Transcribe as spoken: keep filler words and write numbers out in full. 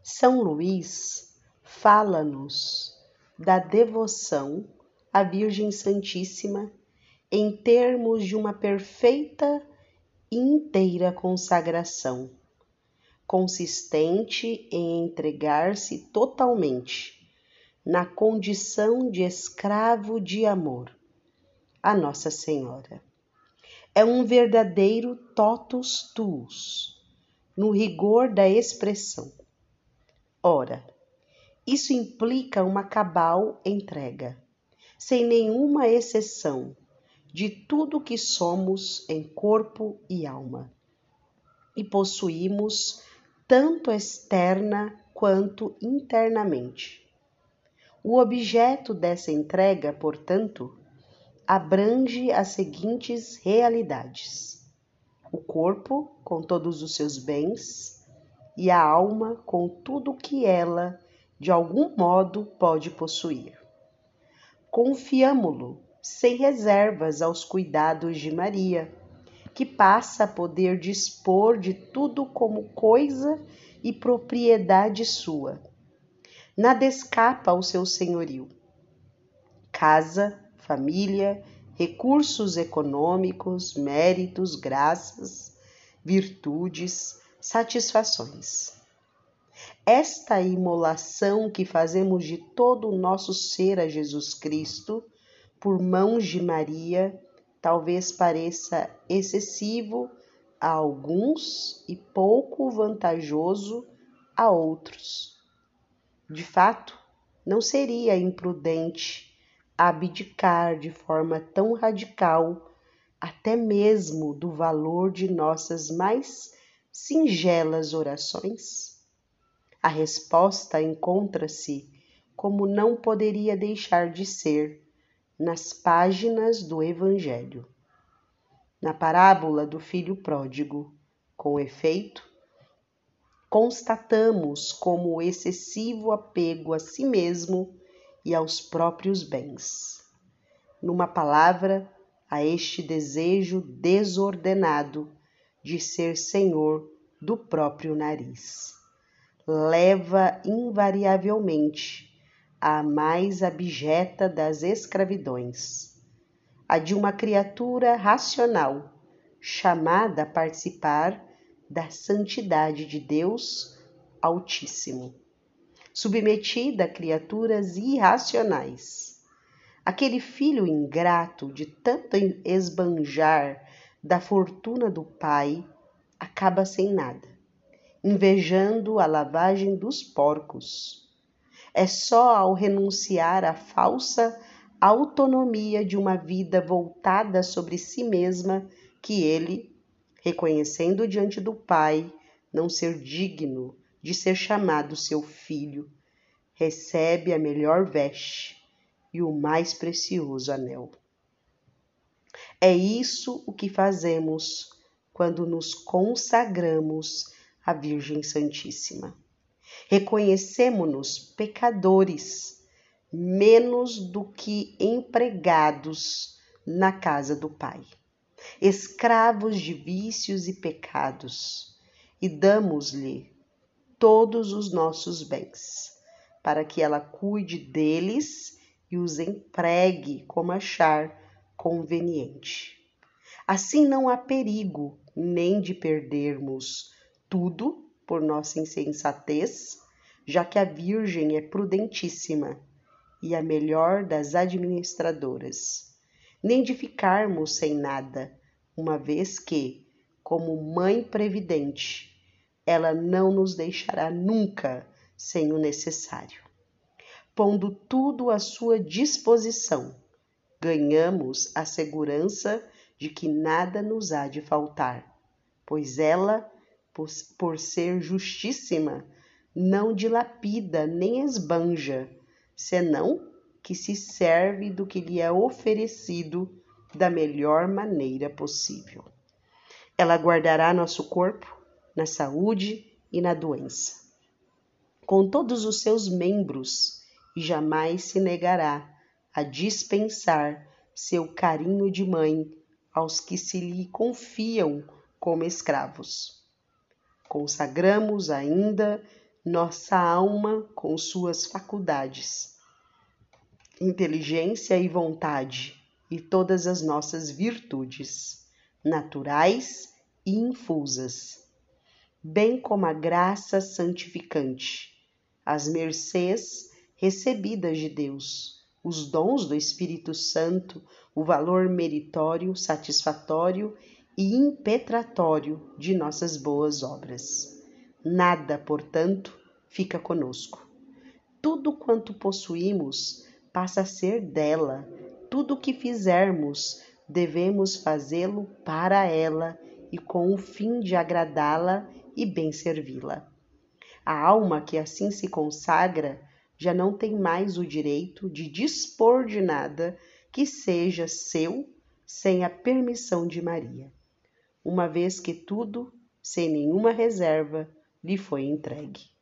São Luís fala-nos da devoção à Virgem Santíssima em termos de uma perfeita e inteira consagração, consistente em entregar-se totalmente, na condição de escravo de amor, a Nossa Senhora. É um verdadeiro totus tuus, no rigor da expressão. Ora, isso implica uma cabal entrega, sem nenhuma exceção, de tudo que somos em corpo e alma, e possuímos tanto externa quanto internamente. O objeto dessa entrega, portanto, abrange as seguintes realidades: o corpo, com todos os seus bens, e a alma, com tudo o que ela, de algum modo, pode possuir. Confiamo-lo sem reservas aos cuidados de Maria, que passa a poder dispor de tudo como coisa e propriedade sua. Nada escapa ao seu senhorio. Casa, família, recursos econômicos, méritos, graças, virtudes, satisfações. Esta imolação que fazemos de todo o nosso ser a Jesus Cristo, por mãos de Maria, talvez pareça excessivo a alguns e pouco vantajoso a outros. De fato, não seria imprudente abdicar de forma tão radical até mesmo do valor de nossas mais singelas orações? A resposta encontra-se, como não poderia deixar de ser, nas páginas do Evangelho. Na parábola do filho pródigo, com efeito, constatamos como o excessivo apego a si mesmo e aos próprios bens. Numa palavra, a este desejo desordenado de ser senhor do próprio nariz. Leva invariavelmente à mais abjeta das escravidões, a de uma criatura racional, chamada a participar da santidade de Deus Altíssimo, submetida a criaturas irracionais. Aquele filho ingrato de tanto esbanjar da fortuna do pai acaba sem nada, invejando a lavagem dos porcos. É só ao renunciar à falsa autonomia de uma vida voltada sobre si mesma que ele, reconhecendo diante do Pai não ser digno de ser chamado seu filho, recebe a melhor veste e o mais precioso anel. É isso o que fazemos quando nos consagramos à Virgem Santíssima. Reconhecemo-nos pecadores, menos do que empregados na casa do Pai, escravos de vícios e pecados, e damos-lhe todos os nossos bens, para que ela cuide deles e os empregue como achar conveniente. Assim não há perigo nem de perdermos tudo por nossa insensatez, já que a Virgem é prudentíssima e a melhor das administradoras, nem de ficarmos sem nada, uma vez que, como mãe previdente, ela não nos deixará nunca sem o necessário. Pondo tudo à sua disposição, ganhamos a segurança de que nada nos há de faltar, pois ela, por, por ser justíssima, não dilapida nem esbanja, senão que se serve do que lhe é oferecido da melhor maneira possível. Ela guardará nosso corpo na saúde e na doença, com todos os seus membros, e jamais se negará a dispensar seu carinho de mãe aos que se lhe confiam como escravos. Consagramos ainda nossa alma com suas faculdades, inteligência e vontade, e todas as nossas virtudes, naturais e infusas, bem como a graça santificante, as mercês recebidas de Deus, os dons do Espírito Santo, o valor meritório, satisfatório e impetratório de nossas boas obras. Nada, portanto, fica conosco. Tudo quanto possuímos passa a ser dela. Tudo o que fizermos, devemos fazê-lo para ela e com o fim de agradá-la e bem servi-la. A alma que assim se consagra já não tem mais o direito de dispor de nada que seja seu sem a permissão de Maria, uma vez que tudo, sem nenhuma reserva, lhe foi entregue.